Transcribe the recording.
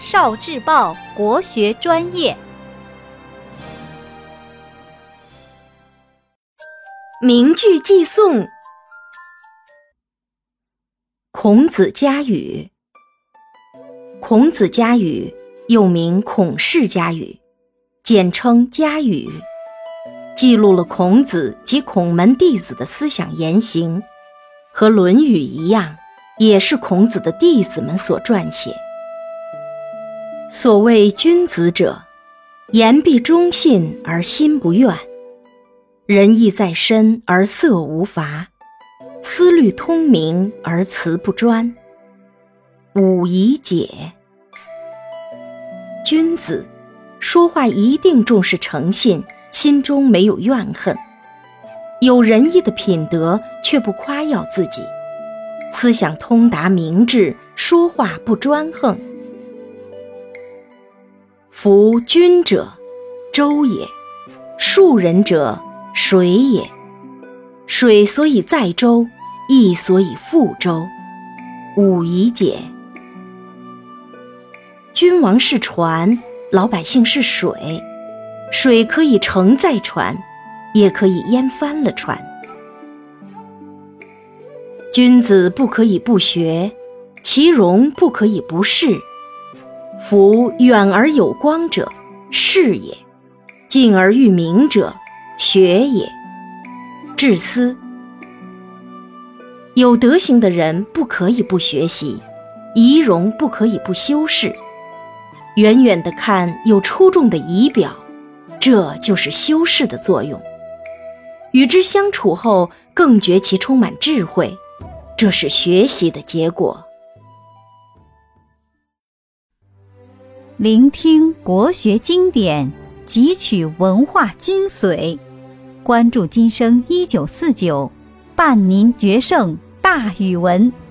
少智报国学专业。名句寄诵：孔子家语。孔子家语又名孔氏家语，简称家语，记录了孔子及孔门弟子的思想言行，和《论语》一样，也是孔子的弟子们所撰写。所谓君子者，言必忠信而心不怨，仁义在身而色无乏，思虑通明而辞不专，武以解。君子说话一定重视诚信，心中没有怨恨，有仁义的品德却不夸耀自己，思想通达明智，说话不专横。夫君者，周也；庶人者，水也。水所以载舟，亦所以覆舟。武以解。君王是船，老百姓是水，水可以承载船，也可以淹翻了船。君子不可以不学，其容不可以不视。夫远而有光者，视也；近而欲明者，学也。致思。有德行的人不可以不学习，仪容不可以不修饰。远远地看有出众的仪表，这就是修饰的作用。与之相处后更觉其充满智慧，这是学习的结果。 聆听国学经典，汲取文化精髓，关注今生1949，伴您决胜大语文。